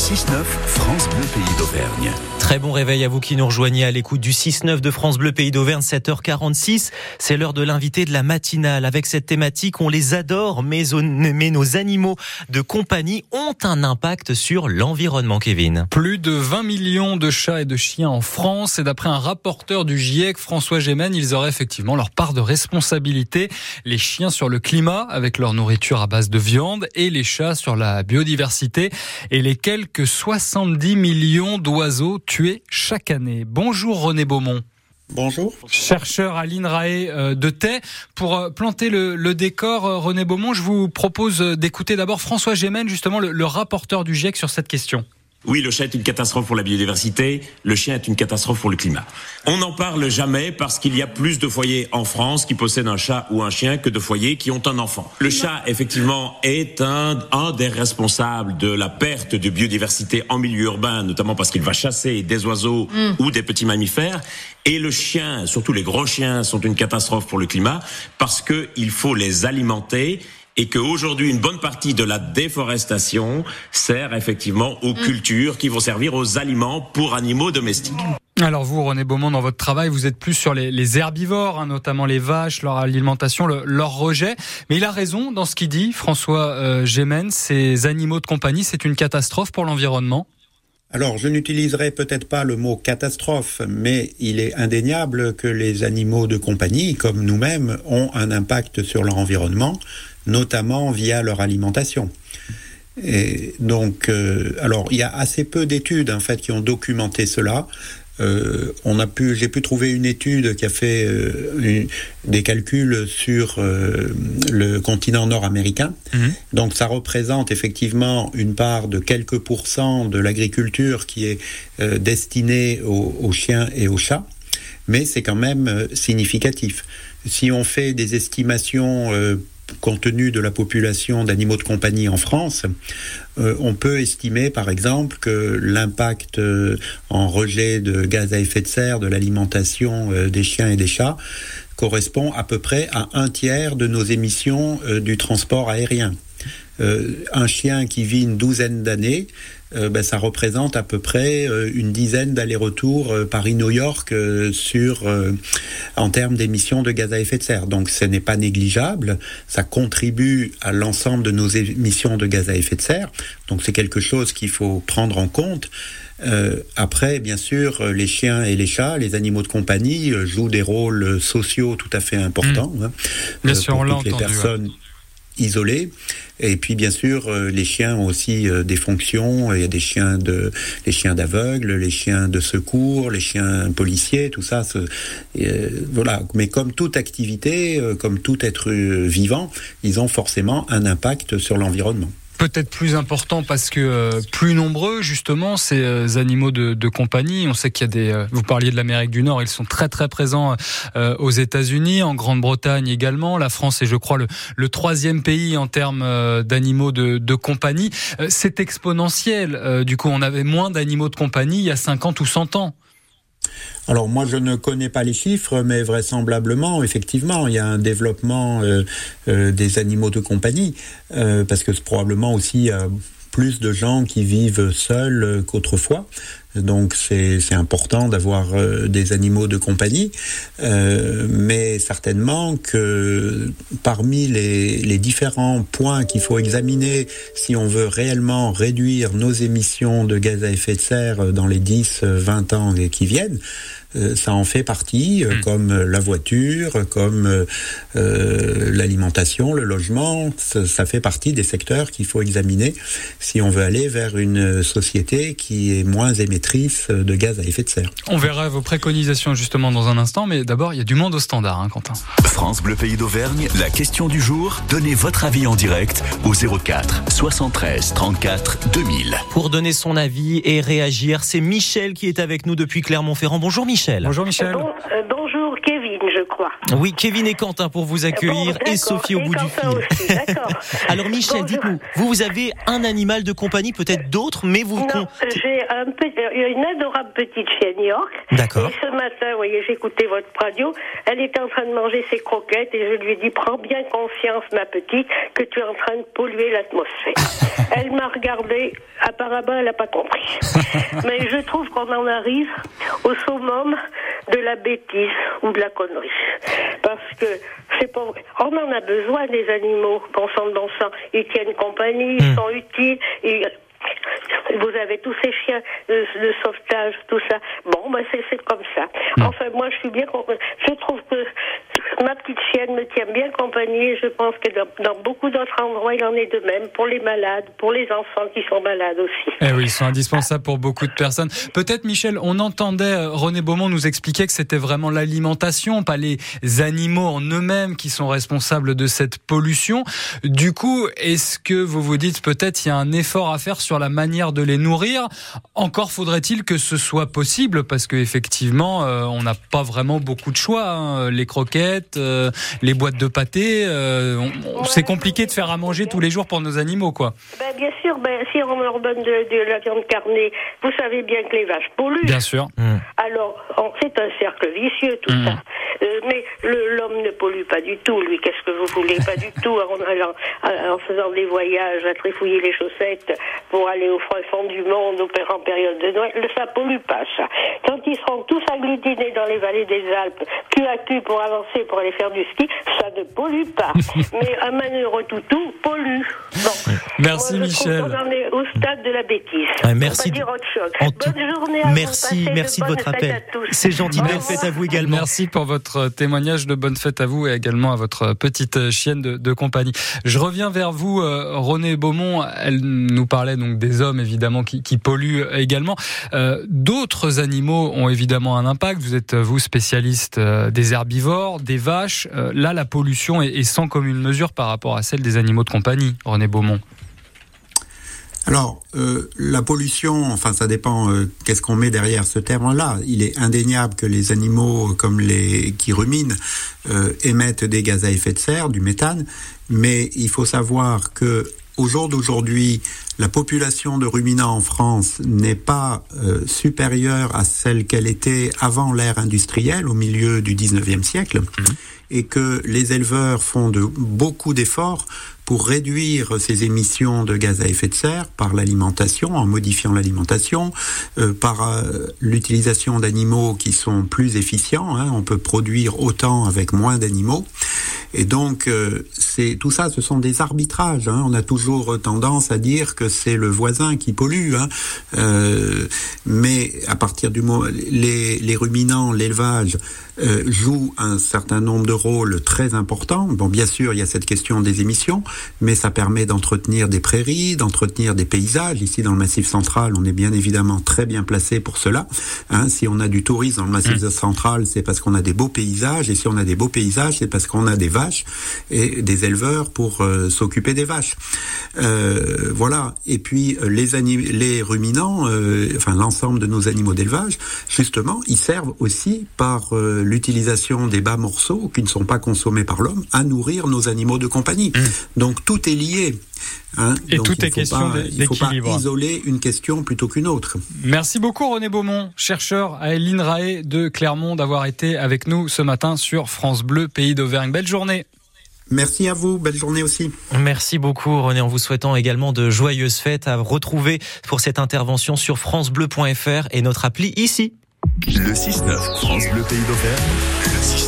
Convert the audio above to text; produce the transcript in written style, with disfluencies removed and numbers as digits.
6-9, France Bleu Pays d'Auvergne. Très bon réveil à vous qui nous rejoignez à l'écoute du 6-9 de France Bleu Pays d'Auvergne, 7h46. C'est l'heure de l'invité de la matinale. Avec cette thématique, on les adore, mais nos animaux de compagnie ont un impact sur l'environnement, Kevin. Plus de 20 millions de chats et de chiens en France. Et d'après un rapporteur du GIEC, François Gémen, ils auraient effectivement leur part de responsabilité. Les chiens sur le climat, avec leur nourriture à base de viande, et les chats sur la biodiversité et les quelques 70 millions d'oiseaux tués chaque année. Bonjour René Beaumont. Bonjour. Chercheur à l'INRAE de Thais. Pour planter le décor, René Beaumont, je vous propose d'écouter d'abord François Gémen, justement le rapporteur du GIEC sur cette question. Oui, le chat est une catastrophe pour la biodiversité, le chien est une catastrophe pour le climat. On n'en parle jamais parce qu'il y a plus de foyers en France qui possèdent un chat ou un chien que de foyers qui ont un enfant. Le chat, effectivement, est un des responsables de la perte de biodiversité en milieu urbain, notamment parce qu'il va chasser des oiseaux ou des petits mammifères. Et le chien, surtout les gros chiens, sont une catastrophe pour le climat parce qu'il faut les alimenter. Et qu'aujourd'hui, une bonne partie de la déforestation sert effectivement aux cultures qui vont servir aux aliments pour animaux domestiques. Alors vous, René Beaumont, dans votre travail, vous êtes plus sur les herbivores, notamment les vaches, leur alimentation, leur rejet. Mais il a raison dans ce qu'il dit, François Gémen, ces animaux de compagnie, c'est une catastrophe pour l'environnement. Alors, je n'utiliserai peut-être pas le mot catastrophe, mais il est indéniable que les animaux de compagnie, comme nous-mêmes, ont un impact sur leur environnement, notamment via leur alimentation. Et donc, alors, il y a assez peu d'études en fait qui ont documenté cela. J'ai pu trouver une étude qui a fait des calculs sur le continent nord-américain. Donc ça représente effectivement une part de quelques pourcents de l'agriculture qui est destinée aux chiens et aux chats, mais c'est quand même significatif. Si on fait des estimations compte tenu de la population d'animaux de compagnie en France, on peut estimer par exemple que l'impact en rejet de gaz à effet de serre de l'alimentation des chiens et des chats correspond à peu près à 1/3 de nos émissions du transport aérien. Un chien qui vit une douzaine d'années, ça représente à peu près une dizaine d'allers-retours Paris-New York en termes d'émissions de gaz à effet de serre. Donc ce n'est pas négligeable, ça contribue à l'ensemble de nos émissions de gaz à effet de serre. Donc c'est quelque chose qu'il faut prendre en compte. Après, bien sûr, les chiens et les chats, les animaux de compagnie jouent des rôles sociaux tout à fait importants bien sûr, pour on l'a toutes les entendu, personnes isolés. Et puis bien sûr les chiens ont aussi des fonctions. Il y a les chiens d'aveugles, les chiens de secours, les chiens policiers, tout ça voilà. Mais comme toute activité, comme tout être vivant, ils ont forcément un impact sur l'environnement. Peut-être plus important parce que plus nombreux justement ces animaux de compagnie. On sait qu'il y a vous parliez de l'Amérique du Nord, ils sont très très présents aux États-Unis, en Grande-Bretagne également. La France est, je crois, le 3e pays en termes d'animaux de compagnie. C'est exponentiel. Du coup, on avait moins d'animaux de compagnie il y a 50 ou 100 ans. Alors moi je ne connais pas les chiffres, mais vraisemblablement, effectivement, il y a un développement des animaux de compagnie, parce que c'est probablement aussi plus de gens qui vivent seuls qu'autrefois. Donc c'est important d'avoir des animaux de compagnie, mais certainement que parmi les différents points qu'il faut examiner si on veut réellement réduire nos émissions de gaz à effet de serre dans les 10-20 ans qui viennent, ça en fait partie, comme la voiture, comme l'alimentation, le logement, ça fait partie des secteurs qu'il faut examiner si on veut aller vers une société qui est moins émettrice de gaz à effet de serre. On verra vos préconisations justement dans un instant, mais d'abord il y a du monde au standard, Quentin. France Bleu Pays d'Auvergne, la question du jour, donnez votre avis en direct au 04 73 34 2000. Pour donner son avis et réagir, c'est Michel qui est avec nous depuis Clermont-Ferrand. Bonjour Michel. Bonjour Michel. Bonjour Kevin, je crois. Oui, Kevin et Quentin pour vous accueillir et Sophie au bout du fil. Aussi, d'accord. Alors Michel, dites-nous, vous avez un animal de compagnie, peut-être d'autres, mais vous... Non, j'ai une adorable petite chienne York. D'accord. Et ce matin, vous voyez, j'écoutais votre radio, elle était en train de manger ses croquettes et je lui ai dit, prends bien conscience, ma petite, que tu es en train de polluer l'atmosphère. Elle m'a regardé, apparemment elle n'a pas compris. Mais je trouve qu'on en arrive au summum de la bêtise ou de la connerie. Parce que c'est pas vrai. On en a besoin des animaux, bon sang. Ils tiennent compagnie, ils sont utiles. Vous avez tous ces chiens de sauvetage, tout ça. Bon, c'est comme ça. Enfin, moi, je trouve que ma petite chienne me tient bien compagnie et je pense que dans beaucoup d'autres endroits, il en est de même pour les malades, pour les enfants qui sont malades aussi. Eh oui, ils sont indispensables pour beaucoup de personnes. Peut-être, Michel, on entendait René Beaumont nous expliquer que c'était vraiment l'alimentation, pas les animaux en eux-mêmes qui sont responsables de cette pollution. Du coup, est-ce que vous vous dites peut-être il y a un effort à faire sur la manière de les nourrir? Encore faudrait-il que ce soit possible parce qu'effectivement, on n'a pas vraiment beaucoup de choix. Hein. Les croquettes, les boîtes de pâté, c'est compliqué de faire à manger tous les jours pour nos animaux, quoi. Bien sûr, si on leur donne de la viande carnée, vous savez bien que les vaches polluent. Bien sûr. Alors, c'est un cercle vicieux, tout ça. Mais l'homme ne pollue pas du tout, lui. Qu'est-ce que vous voulez? Pas du tout. En faisant des voyages, à trifouiller les chaussettes pour aller au fond du monde, en période de Noël, ça pollue pas, ça. Quand ils seront tous agglutinés dans les vallées des Alpes, cul à cul pour avancer, pour aller faire du ski, ça ne pollue pas. Mais un manœuvre toutou pollue. Bon. Merci, moi, Michel. On en est au stade de la bêtise. Merci. On va dire autre chose. Bonne journée à vous. Merci de votre appel. C'est gentil. Bonne fête à vous également. Merci pour votre témoignage, de bonne fête à vous et également à votre petite chienne de compagnie. Je reviens vers vous, René Beaumont. Elle nous parlait donc des hommes évidemment qui polluent également. D'autres animaux ont évidemment un impact. Vous êtes vous spécialiste des herbivores, des vaches. Là, la pollution est sans commune mesure par rapport à celle des animaux de compagnie. René Beaumont. Alors, la pollution, enfin, ça dépend qu'est-ce qu'on met derrière ce terme-là. Il est indéniable que les animaux, comme les qui ruminent, émettent des gaz à effet de serre, du méthane. Mais il faut savoir que au jour d'aujourd'hui, la population de ruminants en France n'est pas supérieure à celle qu'elle était avant l'ère industrielle, au milieu du 19e siècle, et que les éleveurs font beaucoup d'efforts pour réduire ces émissions de gaz à effet de serre par l'alimentation, en modifiant l'alimentation, par l'utilisation d'animaux qui sont plus efficients. On peut produire autant avec moins d'animaux. Et donc, tout ça, ce sont des arbitrages. On a toujours tendance à dire que c'est le voisin qui pollue. Mais à partir du moment, les ruminants, l'élevage, joue un certain nombre de rôles très importants. Bon, bien sûr, il y a cette question des émissions, mais ça permet d'entretenir des prairies, d'entretenir des paysages. Ici, dans le Massif central, on est bien évidemment très bien placé pour cela. Si on a du tourisme dans le Massif central, c'est parce qu'on a des beaux paysages, et si on a des beaux paysages, c'est parce qu'on a des vaches et des éleveurs pour s'occuper des vaches. Voilà. Et puis, les ruminants, l'ensemble de nos animaux d'élevage, justement, ils servent aussi par l'utilisation des bas morceaux qui ne sont pas consommés par l'homme à nourrir nos animaux de compagnie. Donc tout est lié. Et donc, tout est question d'équilibre. Il ne faut pas isoler une question plutôt qu'une autre. Merci beaucoup René Beaumont, chercheur à l'INRAE de Clermont, d'avoir été avec nous ce matin sur France Bleu, Pays d'Auvergne. Belle journée. Merci à vous, belle journée aussi. Merci beaucoup René, en vous souhaitant également de joyeuses fêtes à retrouver pour cette intervention sur francebleu.fr et notre appli ici. Le 6-9, France Bleu Pays d'Auvergne. Le 6-9.